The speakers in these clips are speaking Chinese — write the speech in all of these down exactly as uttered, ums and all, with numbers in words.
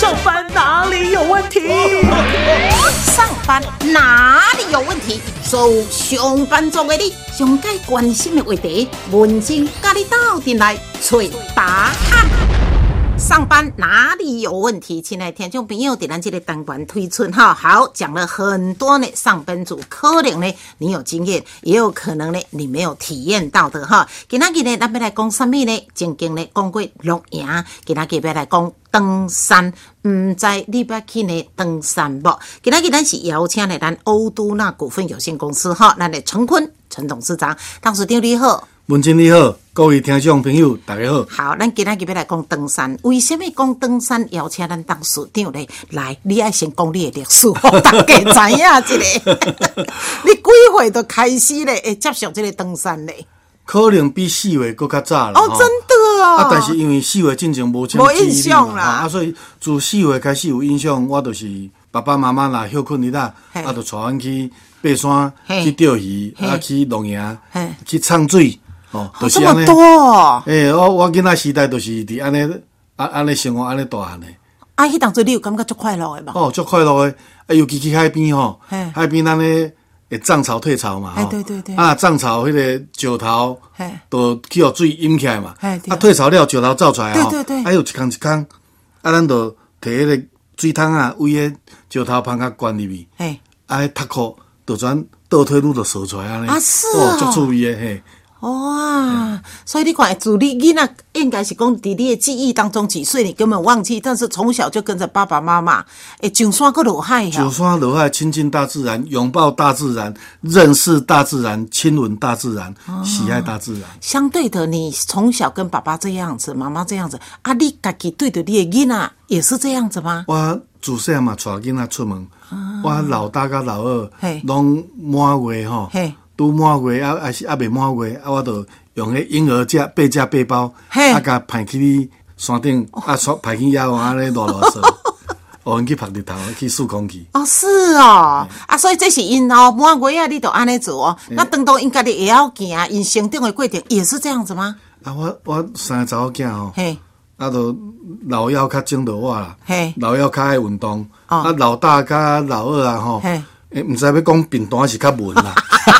上班哪里有问题？ 上班哪里有问题？所有上班族的你，上该关心的话题，文静甲你斗阵来找答案。上班哪里有问题？亲爱的听众朋友，在咱这个单元推出哈，好讲了很多呢。上班族可能呢你有经验，也有可能呢你没有体验到的哈。今仔日呢，咱要来讲什么呢？曾经呢讲过露营，今仔日要来讲登山。唔知你捌去呢登山无？今仔日咱是邀请了咱欧都纳股份有限公司哈，咱的陈坤陈董事长，董事长你好。 文经你好，各位听众朋友大家好。 好，咱今仔日要来讲登山，为什么讲登山邀请咱董事长呢？来，你爱先讲你的历史，让大家知影一下。你几岁就开始咧，会接受这个登山咧？ 可能比四月更较早啦。 哦，真的哦。 啊，但是因为四月进前无什么印象啦，啊，所以自四月开始有印象，我就是爸爸妈妈啦休困日啦，啊，就带阮去爬山、去钓鱼、啊，去露营、去唱水。哦，就是安尼。这么多哦！诶、欸，我我囡仔时代就是伫安尼，安安尼生活，安尼大汉的。 啊，迄当初你有感觉足快乐的嘛？ 哦，足快乐的。啊，尤其去海边吼，海边咱咧会涨潮退潮嘛。 哎，对对对。 啊，涨潮迄个石头，都去互水淹起来嘛。啊，退潮了，石头走出来吼。对对对。啊，有一空一空，啊，咱就摕迄个水桶啊，为迄石头旁甲灌入去。嘿。啊，迄塔壳就转倒退路就扫出来安尼。 啊，是哦。 足趣味的嘿。 哇，所以你看，自你囡仔应该是讲，在你的记忆当中，几岁你根本忘记，但是从小就跟着爸爸妈妈，诶，上山搁落海， 上山落海，亲近大自然，拥抱大自然，认识大自然，亲吻大自然，哦、喜爱大自然。相对的，你从小跟爸爸这样子，妈妈这样子，啊，你自己对着你的囡仔也是这样子吗？ 我自细嘛，带囡仔出门，哦、我老大甲老二，拢满月吼。拄满月啊，还是还未满月啊，我就用迄婴儿架、背架背包，啊，甲排去你山顶，啊，排去野外安尼落落说，学因去晒日头，去数空气。 哦，是哦，啊，所以这是因哦，满月啊，你就安尼做哦。那等到因家己会晓行，因成长的过程也是这样子吗？ 啊，我我三个查某囝吼，啊，就老幺较种着我啦，老幺较爱运动，啊，老大甲老二啊吼，诶，毋知要讲平单是较文啦。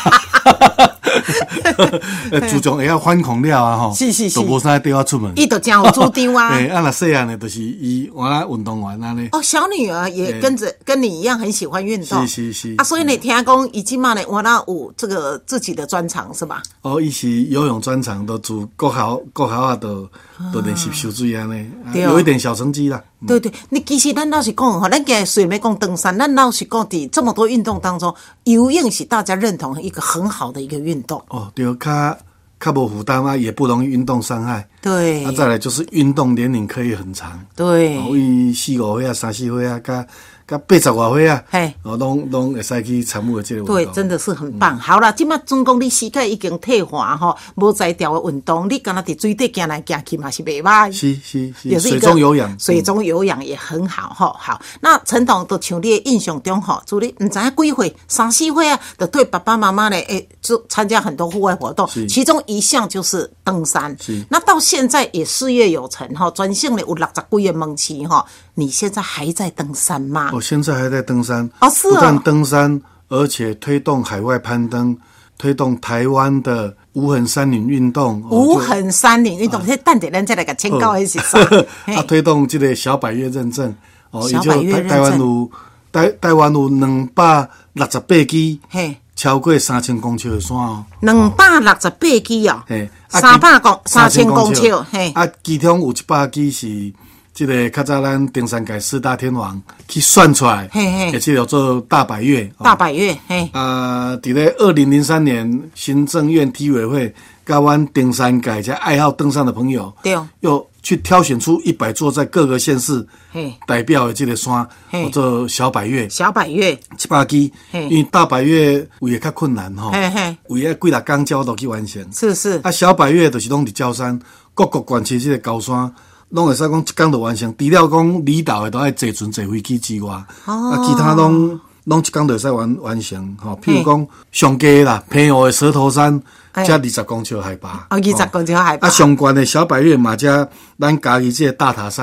自从会晓反抗了啊吼，是是是，都无啥地方出门。 伊就真有主张啊。 对，啊那细汉的，就是伊原来运动员安尼。 哦，小女儿也跟着跟你一样很喜欢运动。 是是是。 啊，所以你听讲伊即马呢，原来有这个自己的专长是吧？ 哦，伊是游泳专长，都自国校国校啊，都都练习游水安尼，有一点小成绩啦。 对对，你其实咱老实讲吼，咱今日虽然要讲登山，咱老实讲伫这么多运动当中，游泳是大家认同一个很好的一个运动。 哦，对，较较无负担啊，也不容易运动伤害。 对。 啊，再来就是运动年龄可以很长。 对。 为四五岁啊，三四岁啊，甲甲八十外岁啊，嘿，哦，拢拢会使去参与这个运动。 对，真的是很棒。嗯、好啦，即马总讲你膝盖已经退化吼，无在调的运动，你敢若伫水底行来行去嘛是袂歹。 是是是，也是水中有氧， 水中有氧也很好吼。好，那陈董都像你的印象中吼，就你唔知影几岁，三四岁啊，就对爸爸妈妈呢，诶，就参加很多户外活动，其中一项就是登山。是，那到现在也事业有成吼，专性咧有六十几个门市吼。你现在还在登山吗？ 我现在还在登山。 哦，是啊。 不但登山，而且推动海外攀登，推动台湾的无痕山岭运动。 无痕山岭运动，这等下咱再来个请教一下。 啊，推动这个小百岳认证。哦，小百岳认证。台湾有台台湾有两百六十八支，嘿，超过三千公尺的山哦。 两百六十八支哦。嘿，三百公三千公尺，嘿。啊， 其中有一百支是。这个较早咱登山界四大天王去算出来，也是叫做大百岳。 大百岳，嘿。 啊，伫咧二零零三年，行政院体委会甲阮登山界加爱好登山的朋友，对，又去挑选出一百座在各个县市代表的这个山，叫做小百岳。 小百岳一百支，因为大百岳为较困难吼，为了几六工才都去完成。是是。啊，小百岳就是拢伫礁山，各国管区这个高山。拢会使讲一工就完成，除了讲离岛的都爱坐船坐飞机之外，哦、啊，其他拢拢一工就会使完完成。吼、哦，譬如讲上低啦，平湖的蛇头山，才二十公尺海拔。 哦，二十公尺海拔。 啊，上悬的小百岳嘛，才咱家己这个大塔山，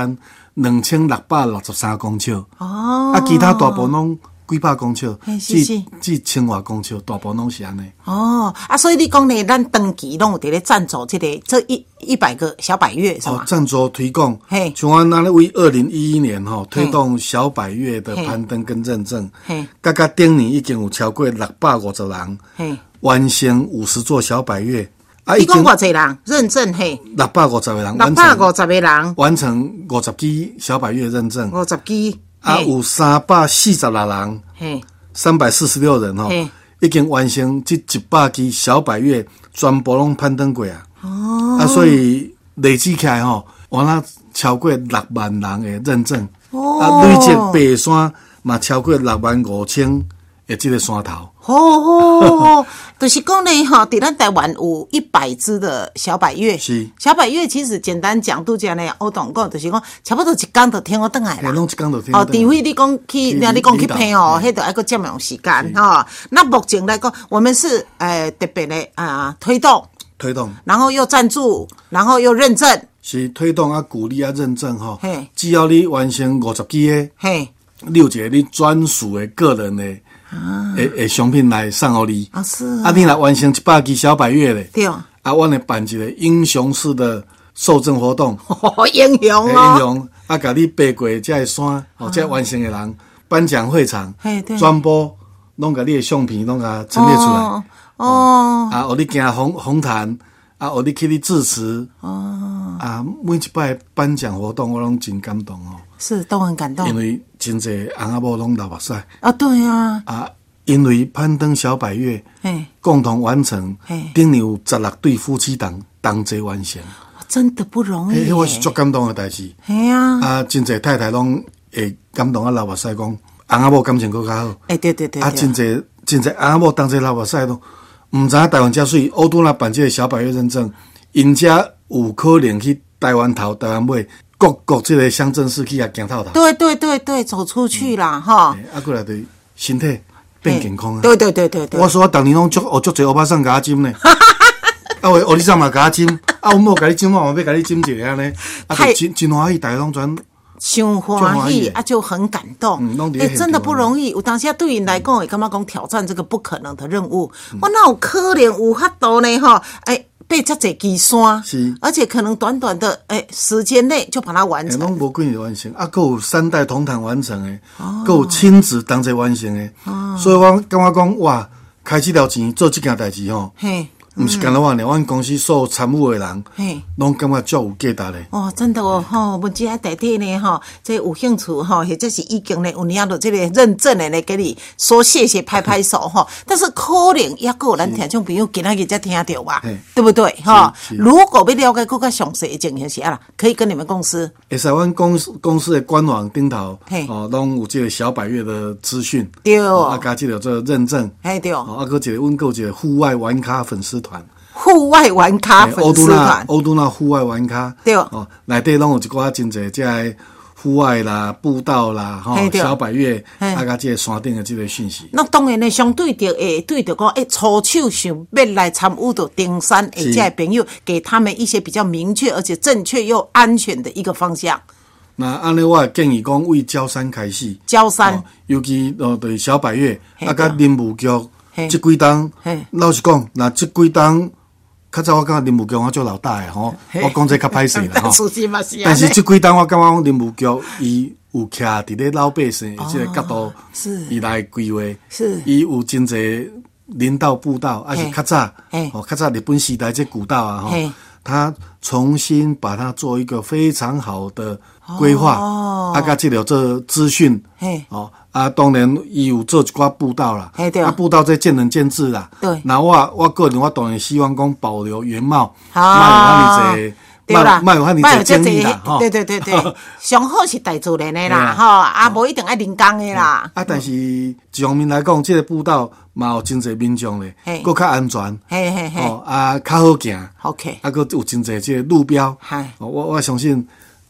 两千六百六十三公尺。哦，啊，其他大部拢几百公尺，至至千外公尺，大部分拢是安尼。 哦，啊，所以你讲呢，咱长期拢有伫咧赞助这个这一一百个小百岳是吧？ 哦，赞助推广，嘿，像我那为二零一一年吼、哦、推动小百岳的攀登跟认证，嘿，甲甲顶年已经有超过六百五十人，嘿，完成五十座小百岳。 啊，一共偌济人认证嘿？ 六百五十个人， 六百五十个人完成五十支小百岳认证， 五十支。 啊，有三百四十六人，嘿，三百四十六人吼、哦，已经完成这一百支小百岳，全部拢攀登过啊。哦，啊，所以累积起来吼，完了超过六万人的认证，哦，啊，累积爬山嘛超过六万五千的这个山头。 哦哦，就是讲呢，哈，在咱台湾有一百支的小百岳，是小百岳，其实简单讲，拄则呢，我同讲就是讲，差不多一天就听我倒来啦。 拢一天就听。哦， 除非你讲去，你你讲去拼哦，迄就爱个占用时间哈。那目前来讲，我们是呃特别的啊推动， 推动， 然后又赞助，然后又认证， 是推动啊鼓励啊认证哈。嘿，只要你完成五十支的，嘿，你有一个你专属的个人的。啊，诶诶，商品来送互你啊是啊，啊你来完成一百支小百岳咧，对啊，我来办一个英雄式的受证活动， 哦，英雄哦， 英雄啊，甲你爬过这个山，哦，这完成的人，颁奖会场，全部拢甲你的相片拢甲陈列出来，哦，哦啊，互你行红红毯，啊，互你去你致辞，哦，啊，每一摆颁奖活动我拢真感动哦。 是都很感动， 因为真侪翁仔某拢流目屎啊，对啊， 啊，因为攀登小百岳，共同完成，顶年有十六对夫妻档同齐完成， 真的不容易。 迄我是足感动的代志。系啊，啊，真侪太太拢会感动啊，流目屎讲翁仔某感情更较好。 哎，对对对， 啊，真侪真侪翁仔某同齐流目屎都，唔知影台湾遮水，欧都那办这个小百岳认证，因遮有可能去台湾头、台湾尾。各各这个乡镇市去啊，行透透。 对对对对，走出去啦，哈、 嗯。啊，过来对身体变健康啊。 对对对对对。 我说我当年拢足学足侪欧巴桑甲我针呢。啊，喂，学你上嘛甲我针，啊，我某甲你针，我嘛要甲你针一个安尼。啊，真真欢喜，大家拢全。 伤欢喜啊，就很感动。嗯，哎、欸，真的不容易。有当时对因来讲，会感觉讲挑战这个不可能的任务。嗯、我哪有可能有法度呢？哈，哎、欸。被这这支山，是，而且可能短短的诶、欸、时间内就把它完成， 拢无几年完成，啊，还有三代同堂完成诶，哦，还有亲子同齐完成诶，哦，所以我感觉讲哇，开这条钱做这件代志吼，嘿。唔是干那话呢，阮公司所有参与的人，嘿，拢感觉足有价值嘞。 哦，真的哦，吼，文姐代替呢，吼，这有兴趣吼，或者是已经呢有领到这个认证的呢，给你说谢谢，拍拍手哈。但是可能也够咱听众朋友今仔日才听到吧，对不对？哈，如果要了解更加详细的情形是啊啦，可以跟你们公司。 会使阮公司公司的官网顶头，哦，拢有这个小百岳的资讯， 对，啊， 加这个这认证， 哎对， 哦，啊，搁一个阮搁一个户外玩咖粉丝团。 户外玩咖粉丝团， 欧都那户外玩咖，对哦，内底拢有一寡真侪这个户外啦、步道啦、吼小百岳，啊，甲这个山顶的这个讯息。 那当然呢，相对着诶，对着讲诶，初手想要来参与到登山诶，这朋友给他们一些比较明确而且正确又安全的一个方向。 那安尼，我建议讲为焦山开始， 焦山，哦、 尤其呃，对小百岳，啊，甲林务局这几档，老实讲，那这几档。较早我感觉林务局我做老大诶吼，我讲这较歹势啦吼。但是这几档我感觉讲林务局伊有徛伫咧老百姓诶这个角度，是伊来规划，是伊有真侪林道步道，还是较早，哦，较早日本时代这古道啊吼，他重新把它做一个非常好的规划，哦、啊，甲这条这资讯，哦。啊，当然，伊有做一寡步道啦，啊，步道这见仁见智啦。对，那我我个人我当然希望讲保留原貌，卖有遐尼济，对啦，卖有遐尼济争议啦， 对对对对，上好是大自然的啦，吼，啊，无一定爱人工的啦。 啊，但是一方面来讲，这个步道嘛有真济民众咧，佫较安全，嘿嘿嘿，哦啊，较好行 ，OK，啊，佫有真济这个路标，哦，我我相信。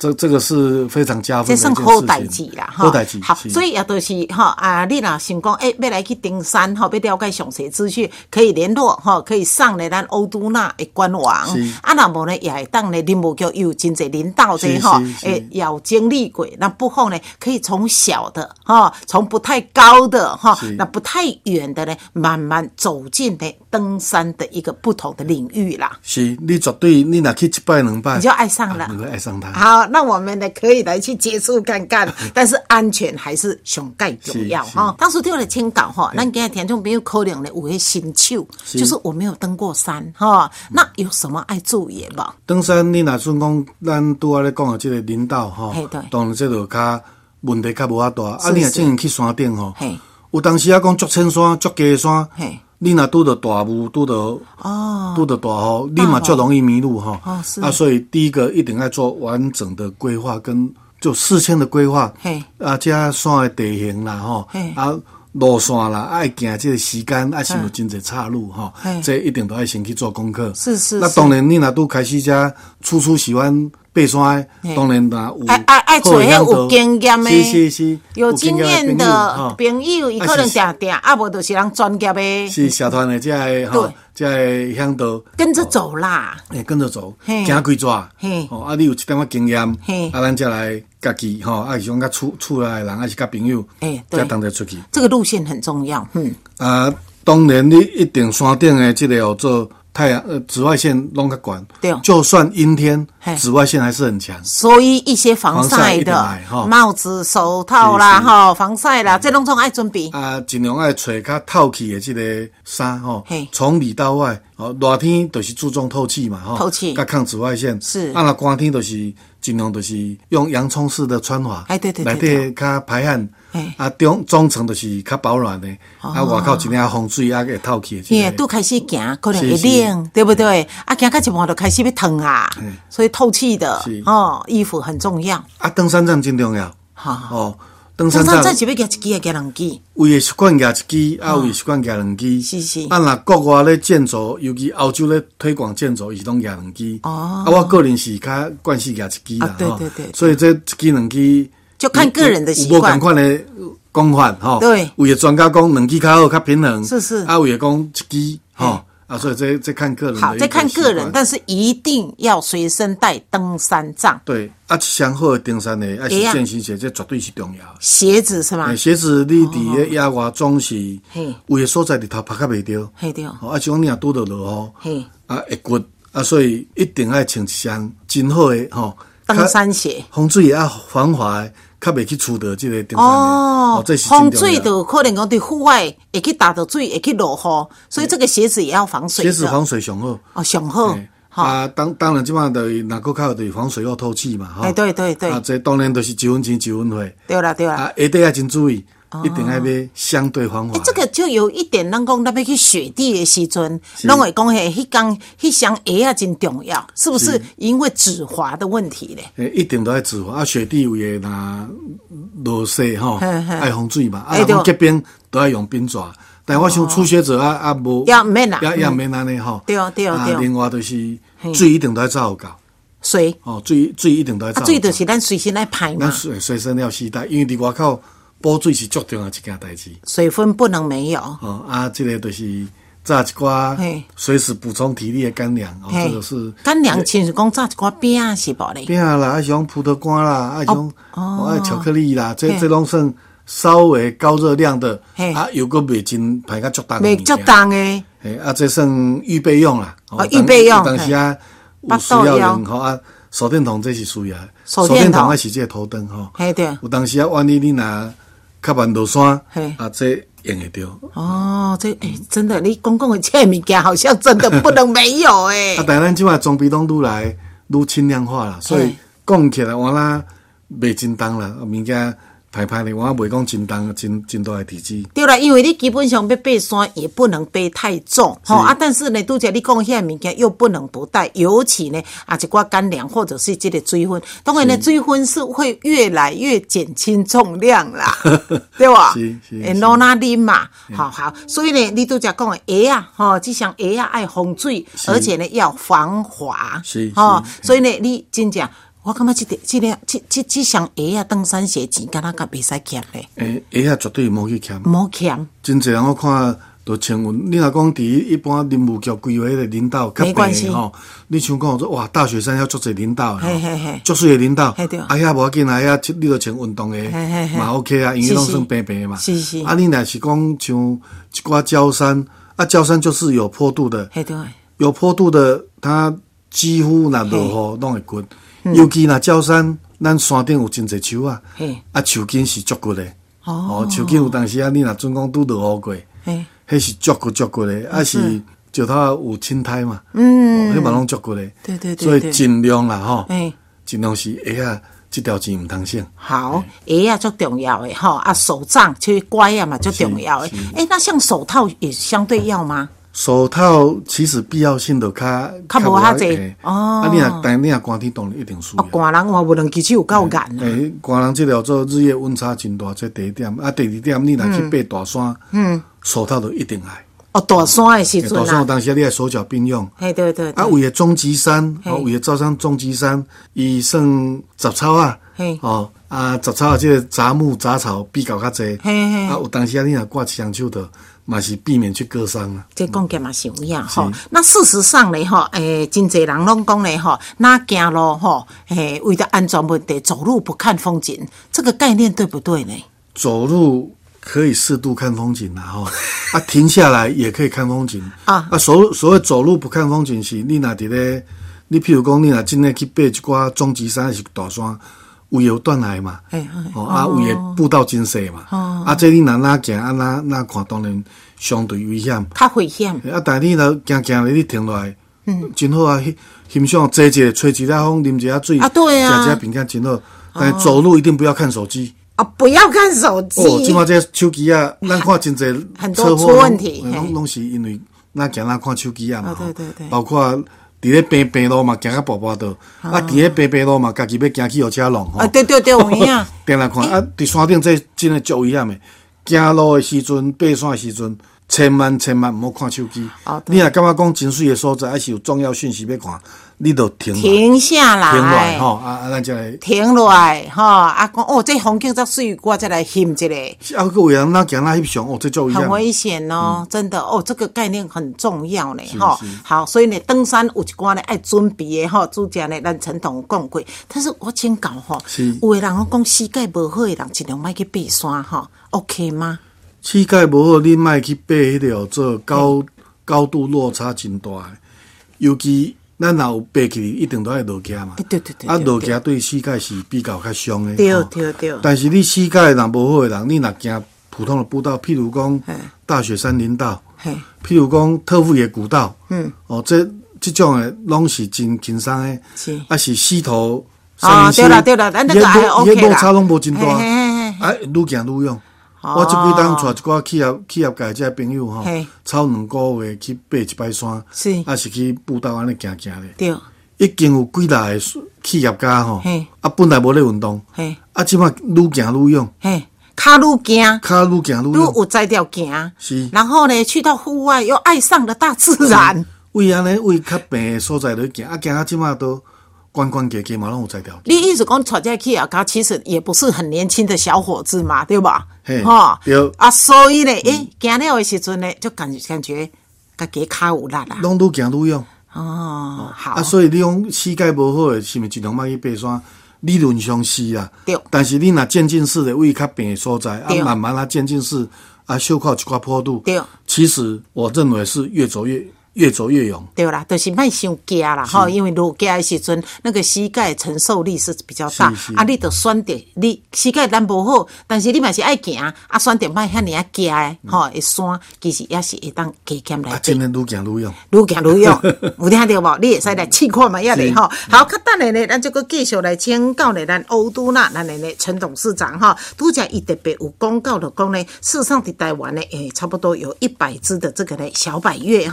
这这个是非常加分的一件事情， 这算好代志啦， 好代志。 好，所以也都是哈啊，你若想讲，诶，要来去登山哈，要了解详细资讯，可以联络哈，可以上咧咱欧都纳的官网。啊，那无呢，也会当咧林务局有真侪领导者哈，诶，有经历过，那不妨呢，可以从小的哈，从不太高的哈，那不太远的呢，慢慢走进呢登山的一个不同的领域啦。 是，你绝对你若去一摆两摆， 你就爱上了， 啊、你会爱上它。 好，那我们呢可以来去接触看看，但是安全还是上盖重要哈。当时对我的请稿哈，咱今日听众朋友可能呢有些新手，就是我没有登过山哈，那有什么爱注意的吗？ 登山你若算讲，咱拄仔咧讲的这个领导哈，当然这就较问题较无遐大。啊，你若真正去山顶吼，有当时啊讲足深山、足低山。你若拄到大雾，拄到哦，拄到大雨，你嘛就容易迷路哈。哦，是啊，所以第一个一定要做完整的规划跟就事先的规划。嘿，啊，加山的地形啦，吼，啊，路线啦，爱行这个时间，啊，是有真侪岔路哈，这一定都要先去做功课。是是。那当然，你若拄开始遮初初喜欢爬山的，当然啦，有爱爱爱找迄有经验的， 是是是， 有经验的朋友，伊可能定定，啊，无就是人专业的， 是社团的这个吼，这个向导跟着走啦， 诶，跟着走，行几抓，哦，啊，你有一点仔经验，啊，咱再来家己吼，啊，是讲甲厝厝内的人，还是甲朋友，诶，再同齐出去， 这个路线很重要，嗯， 啊，当然你一定山顶的这个有做。太阳呃紫外线弄个管，对，就算阴天，紫外线还是很强。 所以一些防晒的帽子、手套啦，哈，防晒啦，这拢总爱准备。 啊，尽量爱找较透气的这个衫吼，从里到外，哦，热天就是注重透气嘛，哈，透气，甲抗紫外线是。啊，那寒天就是尽量就是用洋葱式的穿法，哎，对对对，内底较排汗。啊，中中层就是较保暖的，哦、啊，外口一领风水啊，会透气的。 耶，都开始行，可能会冷，对不对？啊，行到一半就开始要烫啊，所以透气的哦，衣服很重要。 啊，登山杖真重要。好哦， 登山杖是要夹一支，还夹两支？ 有的习惯夹一支，啊，有的习惯夹两支。是是。啊，那国外咧健走，尤其欧洲咧推广健走，伊拢夹两支。哦。啊，我个人是较惯势夹一支啦。对对对。所以这一支两支。 就看个人的习惯， 有无同款的讲法吼。对，有的专家讲两支较好，较平衡。是是。啊，有的讲一支吼，啊，所以这这看个人。 好，这看个人，但是一定要随身带登山杖。 对，啊，上好的登山的，啊是健行鞋，这绝对是重要。 鞋子是吗？ 鞋子你伫咧野外总是，有的所在日头拍较袂着。嘿对。啊，像讲你若拄到落雨，啊会骨，啊，所以一定要穿一双真好的吼登山鞋， 风水也啊防滑。较袂去触到这个登山哦，风水的可能讲对户外会去打到水，会去落雨，所以这个鞋子也要防水。 鞋子防水上好哦，上好。 啊，当当然，即马就是若够较就是防水又透气嘛，哈。 哎，对对对。 啊，这当然就是一分钱一分货。 对啦对啦。 啊，鞋底要真注意。一定要买相对防滑。 这个就有一点，咱讲咱要去雪地的时阵，拢会讲嘿，迄工迄双鞋啊真重要，是不是？因为止滑的问题咧。 诶，一定都要止滑啊！雪地有诶，那落雪吼，爱防水嘛，啊，讲结冰都要用冰爪。但我想初学者啊啊无， 要免啦， 要要免安尼吼。 对对对。啊， 另外就是水一定都要照好搞。 水哦，水水一定都要照。 啊，水就是咱随身来排嘛。 咱随随身要携带，因为伫外口。补水是最重要一件代志， 水分不能没有。 哦啊，这个就是炸一寡随时补充体力的干粮，哦，这个是干粮，亲是讲炸一寡饼是无咧？ 饼啦，啊像葡萄干啦，啊像哦，啊巧克力啦，这这拢算稍微高热量的，啊有个袂真排较足重， 袂足重诶。 诶，啊这算预备用啦， 哦预备用， 当时啊有需要用吼啊，手电筒这是需要，手电筒还是这个头灯吼，嘿对，有当时啊万一你拿较慢落山，啊，这用会着。 哦，这诶、欸，真的，你讲讲的这物件好像真的不能没有诶、 欸。啊，但咱即摆装备拢愈来愈轻量化啦，所以讲起来我啦袂真重啦，物件歹歹的，我袂讲真重，真真大的体积。 对啦，因为你基本上要爬山也不能背太重，吼啊，但是呢，拄则你讲遐物件又不能不带，尤其呢啊一寡干粮或者是这个水分，当然呢水分是会越来越减轻重量啦，对吧？是是。诶，攞那啉嘛，好好，所以呢，你拄则讲的鞋啊，吼，这双鞋啊爱防水，而且呢要防滑，是，吼，所以呢你真正。 我感觉这这个这这这双鞋啊，登山鞋钱敢若甲袂使欠咧。 诶，鞋啊绝对无去欠， 无欠。 真侪人我看都穿运。你若讲伫一般林务局规划迄个领导较平吼，你像讲说哇，大雪山要足侪领导诶，足水诶领导，啊遐无要紧啊，遐你著穿运动诶嘛 OK 啊，因为拢算平平嘛。 是是。 啊，你若是讲像一寡焦山，啊焦山就是有坡度的，有坡度的，它几乎若落雨拢会滚。尤其若焦山，咱山顶有真侪树啊，啊树根是足骨的。哦，树根有当时啊，你若准讲拄落雨过，迄是足骨足骨的，啊是石头有青苔嘛，嗯，迄嘛拢足骨的。 对对对。 所以尽量啦吼，尽量是鞋啊，这条钱唔通省。 好，鞋啊足重要的吼，啊手杖其实乖啊嘛足重要的。诶，那像手套也相对要吗？ 手套其实必要性就较较无遐济哦。 啊，你若但你若寒天当然一定需要。 哦，寒人话无能其实有够寒啊。 诶，寒人这条做日夜温差真大，这第一点。啊，第二点，你若去爬大山，嗯，手套就一定爱。 哦，大山的时阵啊。 大山有当时你爱手脚并用。 嘿，对对。 啊，为了终极山，哦，为了招商终极山，伊算杂草啊，哦，啊，杂草啊，这个杂木杂草比较较济。嘿嘿。啊，有当时啊，你若挂双手的。嘛是避免去割伤啊！ 这讲起嘛是有影吼。那事实上咧吼，诶，真侪人拢讲咧吼，那行路吼，诶，为了安全问题，走路不看风景，这个概念对不对呢？ 走路可以适度看风景啦，吼，啊，停下来也可以看风景啊。啊，所所谓走路不看风景是，你若伫咧，你譬如讲，你若真诶去爬一寡终极山还是大山。有有断崖嘛，哦啊，有诶步道真细嘛，啊，这你若哪行啊哪哪看，当然相对危险， 较危险。 啊，但你若行行咧，你停落来，嗯，真好啊，欣赏坐一下，吹一下风，啉一下水， 啊，对啊， 食一下饼干真好。但走路一定不要看手机啊，不要看手机。 哦，即马这手机啊，咱看真侪很多出问题， 拢拢是因为哪行哪看手机啊嘛， 对对对， 包括。伫咧平平路嘛，行到步步道，啊！伫咧平平路嘛，家己要行去互车弄吼。 啊，对对对，有影。 定来看啊！伫山顶这真诶足危险诶。行路诶时阵，爬山诶时阵，千万千万毋好看手机。你若感觉讲真水诶所在，还是有重要讯息要看，你就停停下来， 停落来吼啊啊！咱才来停落来吼啊！讲哦，这风景真水，我再来翕一个。 啊，个有人哪行哪翕相哦，这足危险。 很危险哦，真的哦，这个概念很重要呢哈。好，所以呢，登山有一寡呢爱准备的哈，主持呢咱陈同讲过。但是我请教哈，有的人讲膝盖不好的人，尽量莫去爬山哈 ，OK 吗？ 膝盖不好，你莫去爬迄条做高高度落差真大的，尤其咱若有爬起，一定都爱落脚嘛。 对对对。 啊，落脚对膝盖是比较较伤的。 对对对。 但是你膝盖若无好的人，你若行普通的步道，譬如讲大雪山林道，譬如讲特富野古道，嗯，哦，这这种的拢是真轻松的，是啊是溪头。 啊，对啦对啦，咱那个还 OK 啦。 伊落差拢无真大，啊，愈行愈勇。我即几当带一寡企业企业界这朋友吼，超两个月去爬一摆山，是啊是去步道安尼行行咧。对，已经有几大个企业家吼，啊本来无咧运动，啊即摆愈行愈勇， 脚愈行， 脚愈行愈勇， 有才调行。 是， 然后呢，去到户外又爱上了大自然。 为安尼为较平的所在落行，啊行啊即摆都。关关给给马龙有才调。 你意思讲，带这企业家其实也不是很年轻的小伙子嘛，对吧？哈， 对啊，所以呢，诶，行了的时阵呢，就感感觉家己脚有力啦。 拢愈行愈勇。 哦，好。 啊，所以你讲膝盖无好的，是毋是尽量莫去爬山？理论上是啦。 对。 但是你若渐进式的位较平的所在，啊，慢慢啊渐进式啊，修靠一寡坡度。对。其实我认为是越走越。越走越勇， 对啦，就是莫伤惊啦吼，因为落脚的时阵，那个膝盖承受力是比较大，啊，你得选择你膝盖咱无好，但是你嘛是爱行，啊，选择莫遐尔啊惊的吼，一山其实也是会当加减来。 啊，真诶愈行愈勇， 愈行愈勇，有听到无？你会使来试看嘛，遐咧吼。好，较等下呢，咱就个继续来请教呢，咱欧都纳咱的呢陈董事长哈，拄则伊特别有公告的讲呢，事实上伫台湾呢，诶，差不多有一百只的这个呢小百岳哈。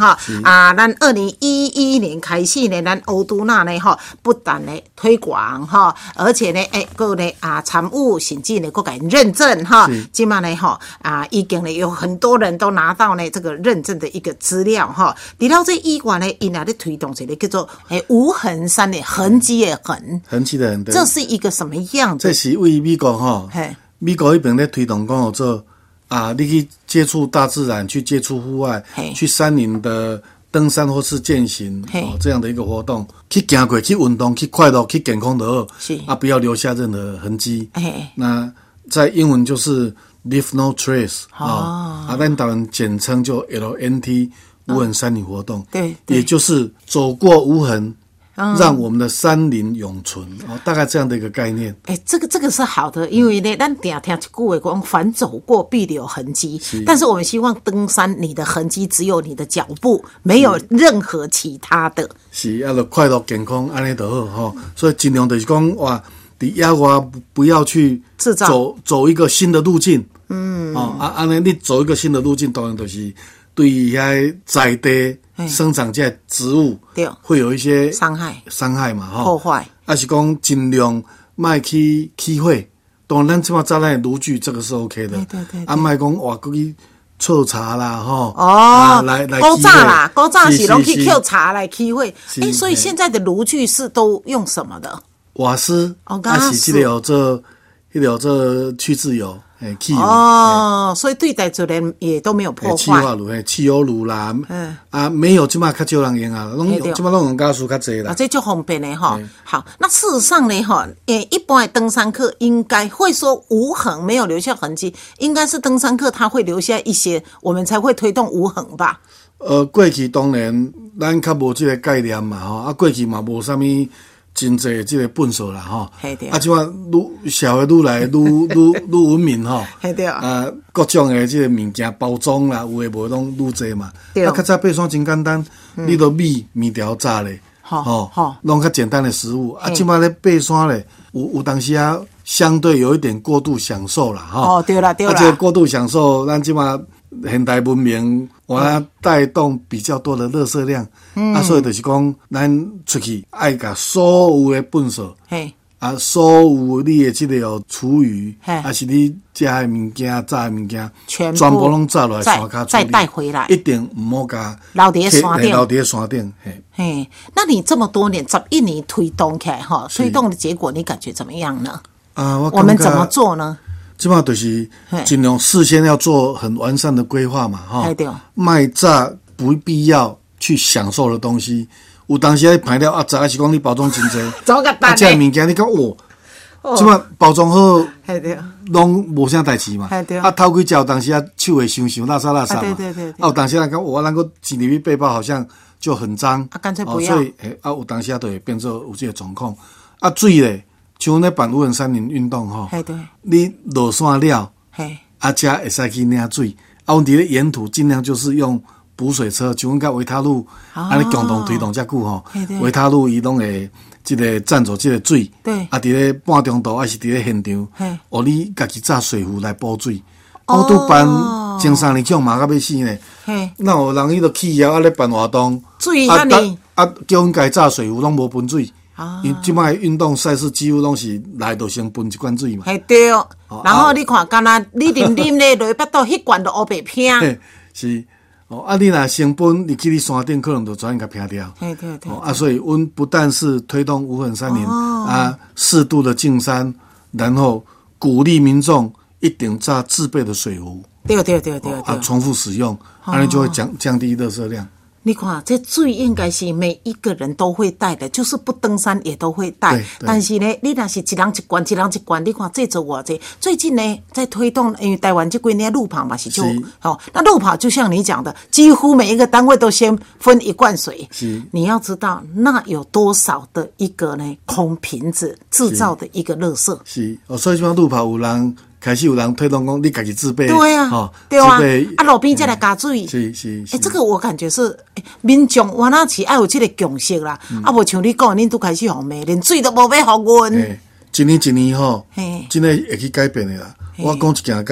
啊，咱二零一一年开始呢，咱欧都纳呢哈，不但呢推广哈，而且呢，诶，个呢啊，产物甚至呢，个给认证哈，今嘛呢哈啊，已经呢有很多人都拿到呢这个认证的一个资料哈。除了这以外呢，因也咧推动一个叫做诶无痕山的痕迹的痕， 痕迹的痕， 这是一个什么样子？ 这是为美国哈，美国那边咧推动讲做啊，你去接触大自然，去接触户外，去山林的登山或是健行哦，这样的一个活动，去行过，去运动，去快乐，去健康就好，是啊，不要留下任何痕迹。那在英文就是 leave no trace 啊，啊，咱台湾简称就 L N T 无痕山林活动，对，也就是走过无痕。让我们的山林永存哦，大概这样的一个概念。 哎、欸，这个这个是好的，因为呢，咱定听一句话讲，凡走过必留痕迹。但是我们希望登山，你的痕迹只有你的脚步，没有任何其他的。 是，要快乐健康，安尼就好哈。所以尽量就是讲哇，伫野外不要去制造走走一个新的路径。嗯，哦啊，安尼你走一个新的路径，当然就是对遐在地。生长这些植物对会有一些伤害伤害嘛哈破坏，还是讲尽量卖去起火。当然，咱起码在咱炉具这个是 OK 的，对对对。啊，卖讲哇，过去凑茶啦哈哦，啊、来来古早啦， 古早是拢去扣茶来起火。哎，所以现在的炉具是都用什么的？ 瓦斯，哦，还是这个有这，这个有这去渍油。 哦，所以对待自然也都没有破坏。 气化炉、汽油炉啦，嗯啊，没有即马较少人用啊，拢即马拢用加速较济啦。 啊，这就方便的哈。好，那事实上呢，哈，诶，一般的登山客应该会说无痕，没有留下痕迹，应该是登山客他会留下一些，我们才会推动无痕吧。 呃，过去当然咱较无这个概念嘛，吼，啊，过去嘛无啥物。真侪即个本事啦吼，啊，即马愈社会愈来愈愈愈文明吼，啊，各种诶即个物件包装啦，有诶无拢愈侪嘛。啊，较早爬山真简单，你都米面条炸咧，吼，弄较简单的食物。啊，即马咧爬山咧，有有当时啊，相对有一点过度享受啦，吼。 哦，对啦，对啦。 啊，这个过度享受，咱即马现代文明。我它带动比较多的垃圾量，嗯、啊，所以就是讲，咱出去爱甲所有的本事，啊，所有你的这个有厨余，还是你食的物件、炸的物件，全部拢炸落来山脚再带回来， 一定唔好甲留伫山顶， 留伫山顶。嘿， 嘿，那你这么多年，十一年推动起来哈，推动的结果你感觉怎么样呢？ 啊，我我们怎么做呢？ 基本上就是尽量事先要做很完善的规划嘛，哈。卖炸不必要去享受的东西，有当时咧排了啊，炸还是讲你包装真济，啊，这物件你讲哇，基本上包装好，拢无啥代志嘛。啊，头几只当时啊手会想想垃圾垃圾嘛，啊，有当时人讲我那个挤入去背包好像就很脏， 啊，干脆不要。 所以啊，有当时啊都会变做有这个状况。啊，水咧。像咧办无痕山林运动吼，你落山了，啊，才会使去领水。啊，问题咧沿途尽量就是用补水车，像阮甲维他路安尼共同推动遮久吼，维他路伊拢会即个赞助即个水，啊，伫咧半中途还是伫咧现场，哦，你家己炸水壶来补水。我拄办前三年强骂到要死呢，那有人伊都去了啊咧办活动， 水啊你啊叫阮家炸水壶拢无喷水。因即摆运动赛事几乎拢是来就先喷一罐水嘛， 系对。然后你看，敢若你啉啉咧，落腹肚迄罐都黑白拼。 是哦，啊，你若先喷，你去你山顶可能就全然甲拼掉。对对对。啊，所以阮不但是推动无痕山林啊，适度的进山，然后鼓励民众一定炸自备的水壶。 对对对对。 啊，重复使用，安尼就会降降低垃圾量。 你看，这水应该是每一个人都会带的，就是不登山也都会带。但是呢，你若是一人一罐，一人一罐，你看这做偌济。最近呢，在推动，因为台湾这几年路跑嘛是就哦，那路跑就像你讲的，几乎每一个单位都先分一罐水。是，你要知道，那有多少的一个呢空瓶子制造的一个垃圾。 是哦，所以像路跑有人。开始有人推动讲，你自己自备， 对啊， 哦、 对啊，啊路边再来加水， 是是是。 哎、欸，这个我感觉是、欸、民众原来是爱有这个共识啦，嗯、啊，无像你讲，恁都开始红骂，连水都无要互阮。 一年一年吼，真的会去改变的啦。我讲一件甲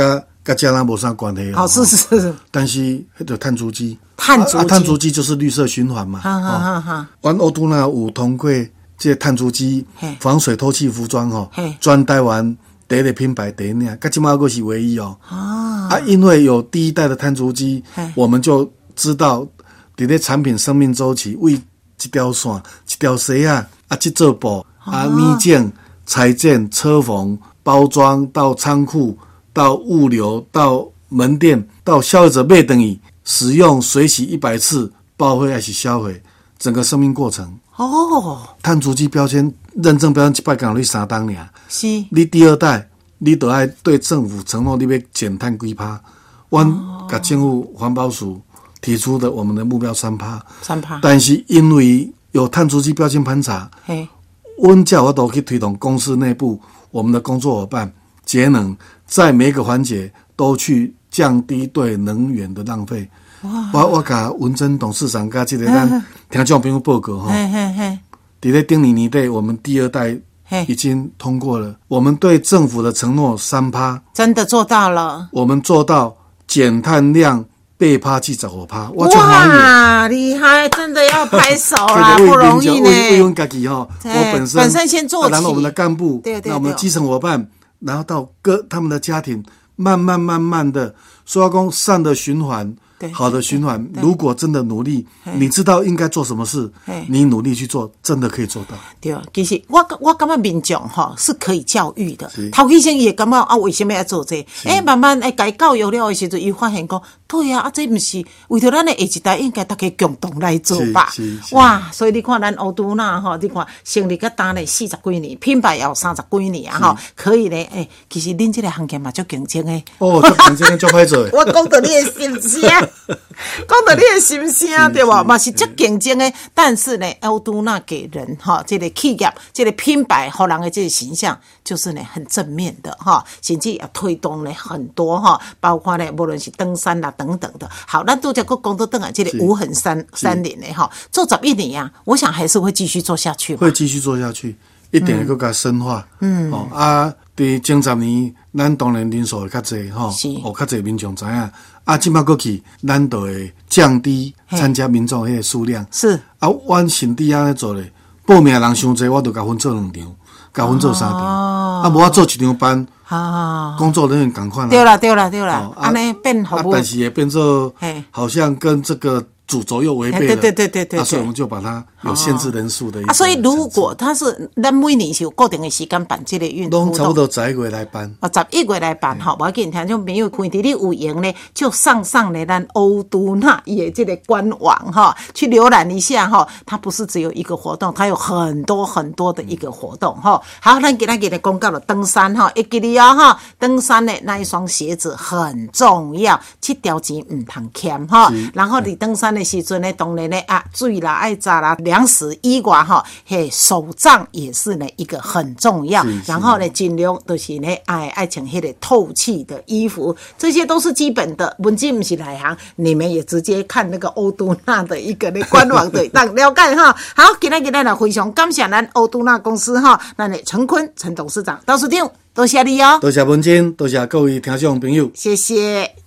跟家人无啥关系哦。哦，是是是。 但是迄个碳足迹， 碳足迹， 啊，碳足迹就是绿色循环嘛。 哈哈哈哈。 阮欧都那有通过这个碳足迹防水透气服装吼，全台湾第一个品牌第一领，到即马还是唯一哦。啊，啊，因为有第一代的碳足迹，我们就知道伫咧产品生命周期为一条线、一条绳啊，啊，去做布啊，泥件、裁件、车缝、包装到仓库。到物流，到门店，到消费者买等于使用水洗一百次，报废还是销毁，整个生命过程。哦，碳足迹标签认证标签一摆讲你三档尔，是，你第二代，你都要对政府承诺你要减碳几趴。阮甲政府环保署提出的我们的目标三趴，三趴。但是因为有碳足迹标签盘查，嘿，阮才有法度去推动公司内部我们的工作伙伴节能。在每一个环节都去降低对能源的浪费。我我甲文珍董事长甲这个咱听众朋友报告哈，在咧顶年年底，我们第二代已经通过了。我们对政府的承诺三趴， 真的做到了。 我们做到减碳量八趴至十五趴， 哇，厉害！真的要拍手啦，不容易呢。 为我自己哈，我本身本身先做起， 然后我们的干部，对对对，那我们的基层伙伴。然后到各他们的家庭，慢慢慢慢的，说讲善的循环，好的循环。如果真的努力，你知道应该做什么事，你努力去做，真的可以做到。 对，其实我我感觉民众哈是可以教育的。头起先也感觉啊，为什么要做这？哎，慢慢哎改教育了的时候，伊发现讲，对啊，啊这不是为了咱的下一代，应该大家共同来做吧？哇，所以你看咱欧都那哈，你看成立个单呢四十几年，品牌也有三十几年啊哈，可以呢。哎，其实恁这个行业嘛，足竞争的。 哦，足竞争的，足歹做。 我讲到你的心声，讲到你的心声对吧？嘛是足竞争的，但是呢，欧都那给人哈，这个企业、这个品牌和人的这个形象，就是呢很正面的哈，甚至也推动了很多哈，包括呢无论是登山啦等等的。好，那都叫个讲到登啊，这个无痕山山林呢哈，做十一年啊，我想还是会继续做下去。 会继续做下去，一定会更加深化。嗯，哦啊。伫前十年，咱当然人数会较济吼，哦，较济民众知影。啊，即摆过去，咱就会降低参加民众迄个数量。是啊，阮甚至安尼做咧，报名人伤济，我就甲分做两场，甲分做三场。哦、啊，无我做一场班，哦、工作人员共款啦。 对啦，对啦，对啦，安尼、哦、变好不？ 啊，但是也变做，好像跟这个。主轴又违背了， 对对对对对， 啊，所以我们就把它有限制人数的一个、 哦啊。所以如果它是咱每年是有固定的时间办这个运动， 差不多十一月来办。 啊，十一月来办哈，我跟你听，就没有看到你有闲呢，就上上呢咱欧都那也这个官网哈，去浏览一下哈。它不是只有一个活动，它有很多很多的一个活动哈。好，咱给咱给他公告了登山哈，一记哩啊哈，登山的那一双鞋子很重要，七条钱唔通欠哈。然后你登山的时阵呢，当然呢啊，水啦、爱扎啦、粮食以外哈，嘿，手杖也是呢一个很重要。然后呢，尽量都是呢爱爱穿迄个透气的衣服，这些都是基本的。文静不是内行，你们也直接看那个欧都那的一个呢官网的让了解哈。好，今天今天来非常感谢咱欧都那公司哈，咱的陈坤陈董事长，董事长，多谢你哦， 多谢文静，多谢各位听众朋友， 谢谢。